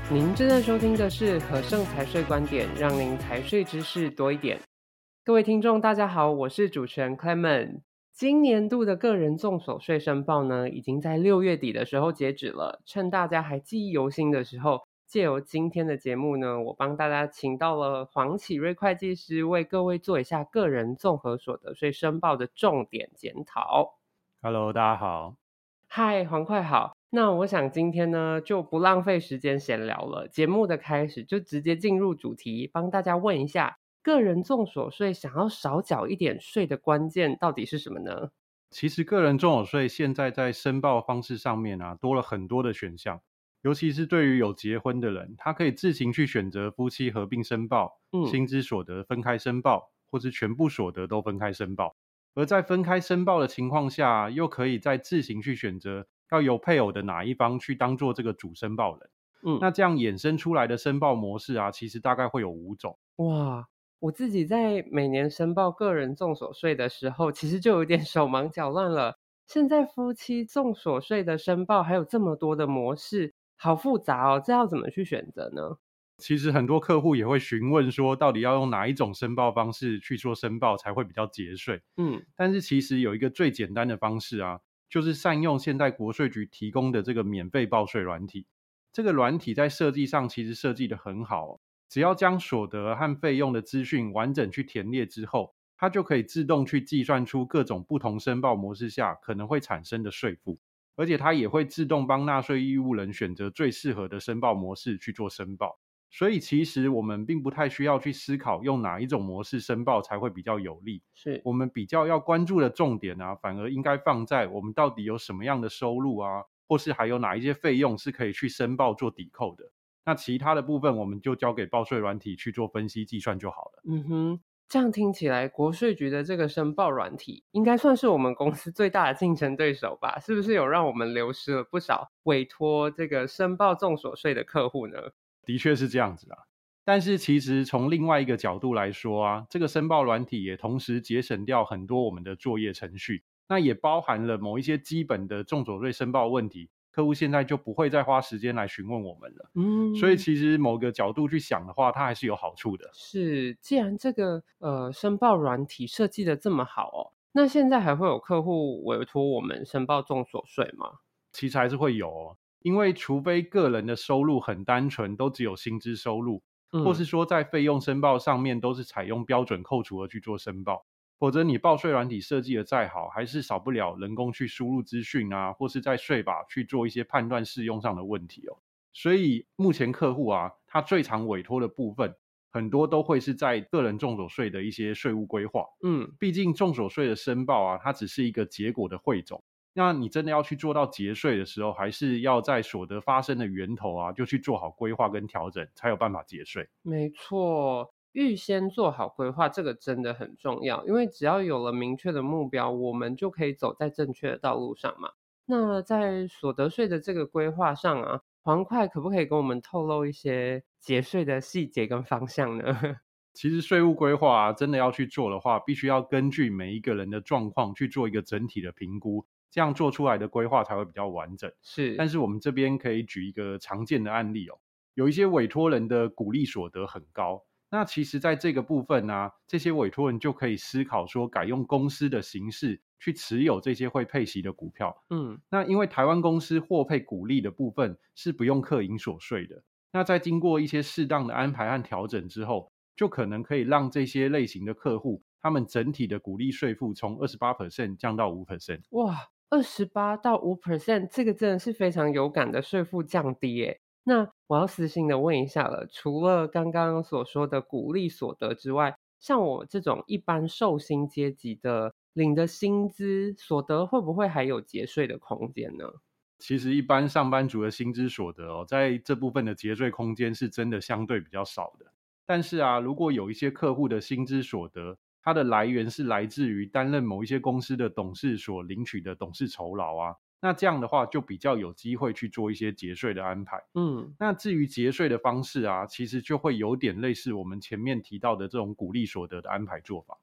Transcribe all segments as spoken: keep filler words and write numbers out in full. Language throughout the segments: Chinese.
您正在收听的是荷盛财税观点，让您财税知识多一点。各位听众大家好，我是主持人 Clement。 今年度的个人综所税申报呢，已经在六月底的时候截止了。趁大家还记忆犹新的时候，借由今天的节目呢，我帮大家请到了黄启瑞会计师，为各位做一下个人综合所得税申报的重点检讨。 Hello， 大家好。 嗨，黄会好。那我想今天呢，就不浪费时间闲聊了，节目的开始就直接进入主题，帮大家问一下，个人综所税想要少缴一点税的关键到底是什么呢？ 其实个人综所税现在在申报方式上面啊，多了很多的选项，尤其是对于有结婚的人，他可以自行去选择夫妻合并申报、 嗯， 薪资所得分开申报，或是全部所得都分开申报。而在分开申报的情况下，又可以再自行去选择要由配偶的哪一方去当做这个主申报人。 嗯， 那这样衍生出来的申报模式啊，其实大概会有五种。 哇，我自己在每年申报个人综所税的时候，其实就有点手忙脚乱了。现在夫妻综所税的申报还有这么多的模式，好复杂哦，这要怎么去选择呢？ 其实很多客户也会询问说，到底要用哪一种申报方式去做申报才会比较节税？ 嗯， 但是其实有一个最简单的方式啊，就是善用现在国税局提供的这个免费报税软体。这个软体在设计上其实设计得很好哦，只要将所得和费用的资讯完整去填列之后，它就可以自动去计算出各种不同申报模式下可能会产生的税负，而且它也会自动帮纳税义务人选择最适合的申报模式去做申报。所以其实我们并不太需要去思考用哪一种模式申报才会比较有利， 是， 我们比较要关注的重点啊，反而应该放在我们到底有什么样的收入啊，或是还有哪一些费用是可以去申报做抵扣的。那其他的部分我们就交给报税软体去做分析计算就好了。 嗯哼，这样听起来，国税局的这个申报软体应该算是我们公司最大的竞争对手吧？是不是有让我们流失了不少委托这个申报综所税的客户呢？ 的确是这样子啊，但是其实从另外一个角度来说啊，这个申报软体也同时节省掉很多我们的作业程序，那也包含了某一些基本的综所税申报问题，客户现在就不会再花时间来询问我们了。所以嗯， 其实某个角度去想的话，它还是有好处的。 是，既然这个呃申报软体设计的这么好哦，那现在还会有客户委托我们申报综所税吗？ 其实还是会有哦，因为除非个人的收入很单纯，都只有薪资收入，或嗯， 是说在费用申报上面都是采用标准扣除额去做申报，否则你报税软体设计的再好，还是少不了人工去输入资讯啊，或是在税法去做一些判断适用上的问题哦。所以目前客户啊，他最常委托的部分，很多都会是在个人综所税的一些税务规划。 嗯， 毕竟综所税的申报啊，它只是一个结果的汇总。那你真的要去做到节税的时候，还是要在所得发生的源头啊，就去做好规划跟调整，才有办法节税。 没错，预先做好规划，这个真的很重要，因为只要有了明确的目标，我们就可以走在正确的道路上嘛。那在所得税的这个规划上啊，黄会可不可以跟我们透露一些节税的细节跟方向呢？ 其实税务规划啊，真的要去做的话，必须要根据每一个人的状况去做一个整体的评估，这样做出来的规划才会比较完整。 是， 但是我们这边可以举一个常见的案例哦，有一些委托人的股利所得很高，那其实在这个部分呢、啊，这些委托人就可以思考说，改用公司的形式去持有这些会配息的股票。 嗯， 那因为台湾公司获配股利的部分是不用课营所税的，那在经过一些适当的安排和调整之后，就可能可以让这些类型的客户，他们整体的股利税负从 百分之二十八 降到 百分之五。 哇，二十八到百分之五，这个真的是非常有感的税负降低耶。那我要私心的问一下了，除了刚刚所说的股利所得之外，像我这种一般受薪阶级的领的薪资所得，会不会还有节税的空间呢？ 其实一般上班族的薪资所得哦，在这部分的节税空间是真的相对比较少的。但是啊，如果有一些客户的薪资所得，它的来源是来自于担任某一些公司的董事所领取的董事酬劳啊，那这样的话就比较有机会去做一些节税的安排。 嗯， 那至于节税的方式啊，其实就会有点类似我们前面提到的这种股利所得的安排做法。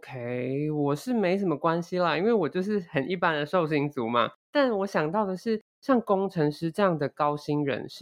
OK，我是没什么关系啦，因为我就是很一般的受薪族嘛。但我想到的是，像工程师这样的高薪人士，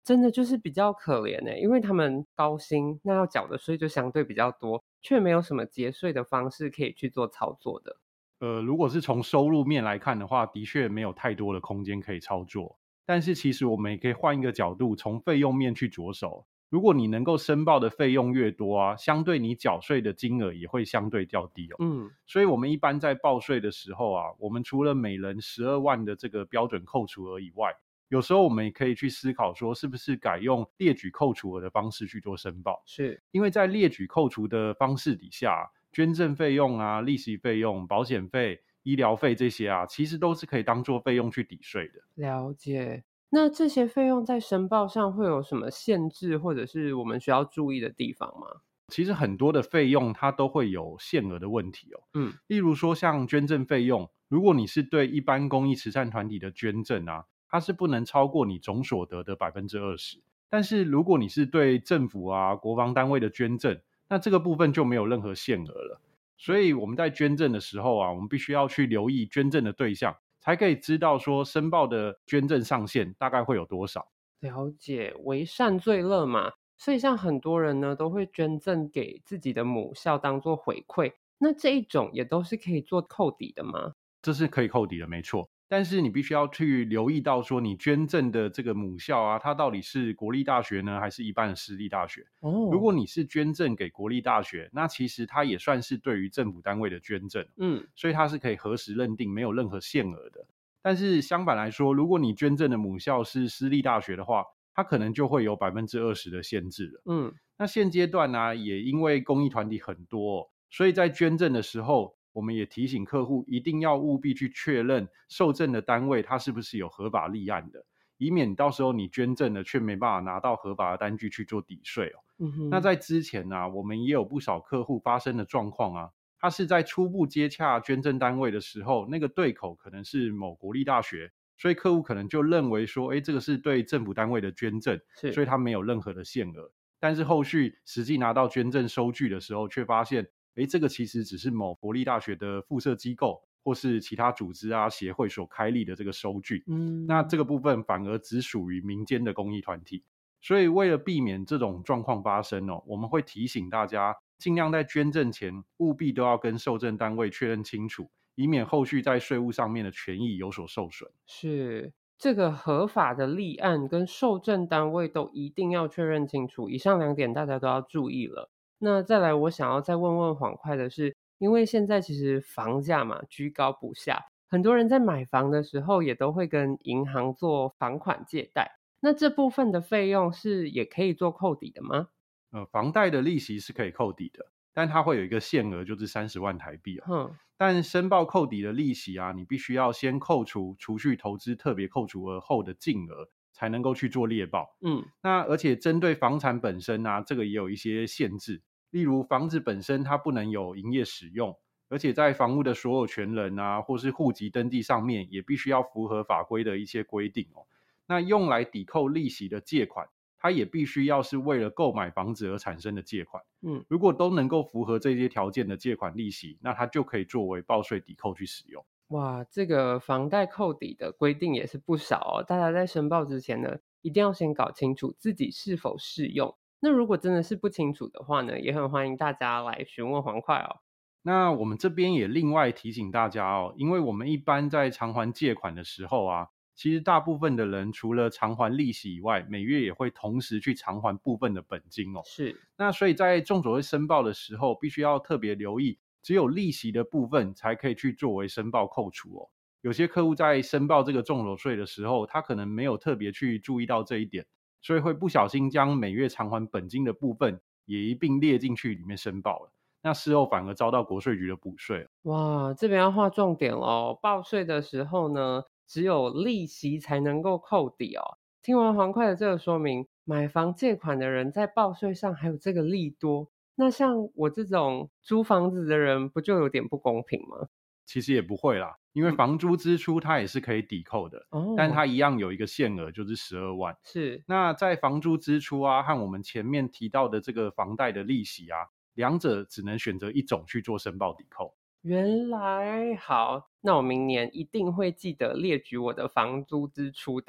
真的就是比较可怜欸，因为他们高薪，那要缴的税就相对比较多，却没有什么节税的方式可以去做操作的。 呃，如果是从收入面来看的话，的确没有太多的空间可以操作。但是其实我们也可以换一个角度，从费用面去着手。如果你能够申报的费用越多啊，相对你缴税的金额也会相对较低哦。 嗯， 所以我们一般在报税的时候啊，我们除了每人十二万的这个标准扣除额以外，有时候我们也可以去思考说，是不是改用列举扣除额的方式去做申报。 是。 因为在列举扣除的方式底下，捐赠费用啊、利息费用、保险费、医疗费这些啊，其实都是可以当做费用去抵税的。 了解。那这些费用在申报上会有什么限制，或者是我们需要注意的地方吗？ 其实很多的费用它都会有限额的问题哦。 嗯， 例如说像捐赠费用，如果你是对一般公益慈善团体的捐赠啊，它是不能超过你总所得的百分之二十。但是如果你是对政府啊、国防单位的捐赠，那这个部分就没有任何限额了。所以我们在捐赠的时候啊，我们必须要去留意捐赠的对象，才可以知道说申报的捐赠上限大概会有多少。 了解，为善最乐嘛。所以像很多人呢，都会捐赠给自己的母校当做回馈。那这一种也都是可以做扣抵的吗？ 这是可以扣抵的，没错。但是你必须要去留意到说，你捐赠的这个母校啊，它到底是国立大学呢，还是一般的私立大学？如哦， 果你是捐赠给国立大学，那其实它也算是对于政府单位的捐赠， 嗯， 所以它是可以核实认定没有任何限额的。但是相反来说，如果你捐赠的母校是私立大学的话，它可能就会有百分之二十的限制了。 嗯， 那现阶段呢、啊也因为公益团体很多、哦，所以在捐赠的时候，我们也提醒客户一定要务必去确认受赠的单位它是不是有合法立案的，以免到时候你捐赠了却没办法拿到合法的单据去做抵税哦。 嗯哼， 那在之前呢、啊，我们也有不少客户发生的状况啊，他是在初步接洽捐赠单位的时候，那个对口可能是某国立大学，所以客户可能就认为说，哎，这个是对政府单位的捐赠， 是， 所以他没有任何的限额。但是后续实际拿到捐赠收据的时候，却发现，诶，这个其实只是某国立大学的附设机构或是其他组织啊协会所开立的这个收据，那嗯。 这个部分反而只属于民间的公益团体。所以为了避免这种状况发生哦，我们会提醒大家，尽量在捐赠前务必都要跟受赠单位确认清楚，以免后续在税务上面的权益有所受损。 是，这个合法的立案跟受赠单位都一定要确认清楚，以上两点大家都要注意了。那再来，我想要再问问黄快的是，因为现在其实房价嘛居高不下，很多人在买房的时候也都会跟银行做房款借贷，那这部分的费用是也可以做扣抵的吗？ 呃，房贷的利息是可以扣抵的，但它会有一个限额，就是三十万台币哦。 哼， 但申报扣抵的利息啊，你必须要先扣除储蓄投资特别扣除额后的净额，才能够去做列报。 嗯， 那而且针对房产本身啊，这个也有一些限制，例如房子本身它不能有营业使用，而且在房屋的所有权人啊，或是户籍登记上面，也必须要符合法规的一些规定哦。那用来抵扣利息的借款，它也必须要是为了购买房子而产生的借款。 嗯。 如果都能够符合这些条件的借款利息，那它就可以作为报税抵扣去使用。 哇，这个房贷扣抵的规定也是不少哦。大家在申报之前呢，一定要先搞清楚自己是否适用。那如果真的是不清楚的话呢，也很欢迎大家来询问黄快哦。 那我们这边也另外提醒大家哦，因为我们一般在偿还借款的时候啊，其实大部分的人除了偿还利息以外，每月也会同时去偿还部分的本金哦。 是， 那所以在重所得申报的时候，必须要特别留意，只有利息的部分才可以去作为申报扣除哦。有些客户在申报这个重所税的时候，他可能没有特别去注意到这一点，所以会不小心将每月偿还本金的部分也一并列进去里面申报了。那事后反而遭到国税局的补税。 哇，这边要划重点喽。报税的时候呢，只有利息才能够扣抵哦。听完黄快的这个说明，买房借款的人在报税上还有这个利多，那像我这种租房子的人，不就有点不公平吗？ 其实也不会啦，因为嗯， 房租支出它也是可以抵扣的，但哦， 它一样有一个限额，就是十二万。 是。 那在房租支出啊，和我们前面提到的这个房贷的利息啊，两者只能选择一种去做申报抵扣。 原来好，那我明年一定会记得列举我的房租支出的。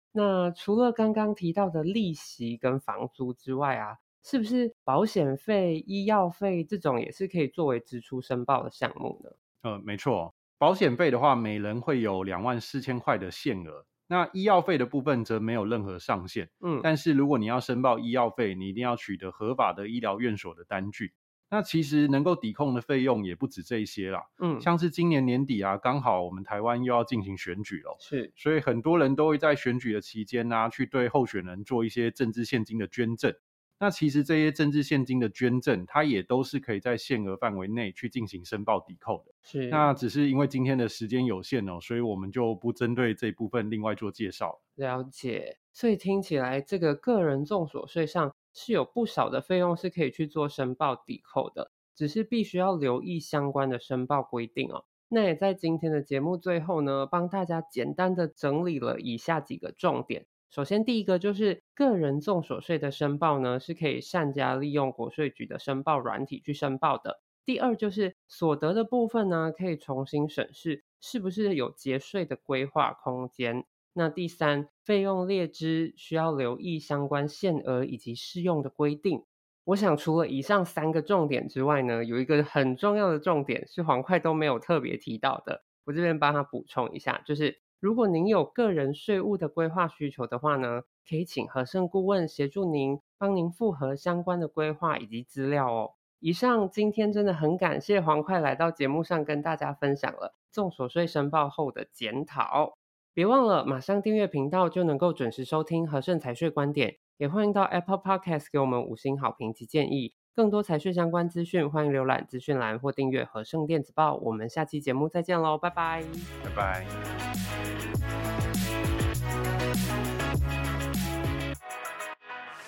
那除了刚刚提到的利息跟房租之外啊，是不是保险费、医药费这种也是可以作为支出申报的项目呢？ 呃，没错，保险费的话，每人会有两万四千块的限额。那医药费的部分则没有任何上限， 嗯， 但是如果你要申报医药费，你一定要取得合法的医疗院所的单据。那其实能够抵控的费用也不止这一些啦， 嗯， 像是今年年底啊，刚好我们台湾又要进行选举了， 是， 所以很多人都会在选举的期间啊，去对候选人做一些政治现金的捐赠。那其实这些政治现金的捐赠，它也都是可以在限额范围内去进行申报抵扣的。 是， 那只是因为今天的时间有限哦，所以我们就不针对这一部分另外做介绍。 了解。所以听起来这个个人综所税上是有不少的费用是可以去做申报抵扣的，只是必须要留意相关的申报规定哦。那也在今天的节目最后呢，帮大家简单的整理了以下几个重点。首先第一个就是个人综所税的申报呢，是可以善加利用国税局的申报软体去申报的。第二就是所得的部分呢，可以重新审视是不是有节税的规划空间。那第三，费用列支需要留意相关限额以及适用的规定。我想除了以上三个重点之外呢，有一个很重要的重点是黄快都没有特别提到的，我这边帮他补充一下，就是如果您有个人税务的规划需求的话呢，可以请和盛顾问协助您，帮您复核相关的规划以及资料哦。以上今天真的很感谢黄快来到节目上跟大家分享了综所税申报后的检讨。别忘了马上订阅频道就能够准时收听和盛财税观点，也欢迎到 Apple Podcast 给我们五星好评及建议。更多财税相关资讯，欢迎浏览资讯栏或订阅和盛电子报。我们下期节目再见喽，拜拜。 拜拜。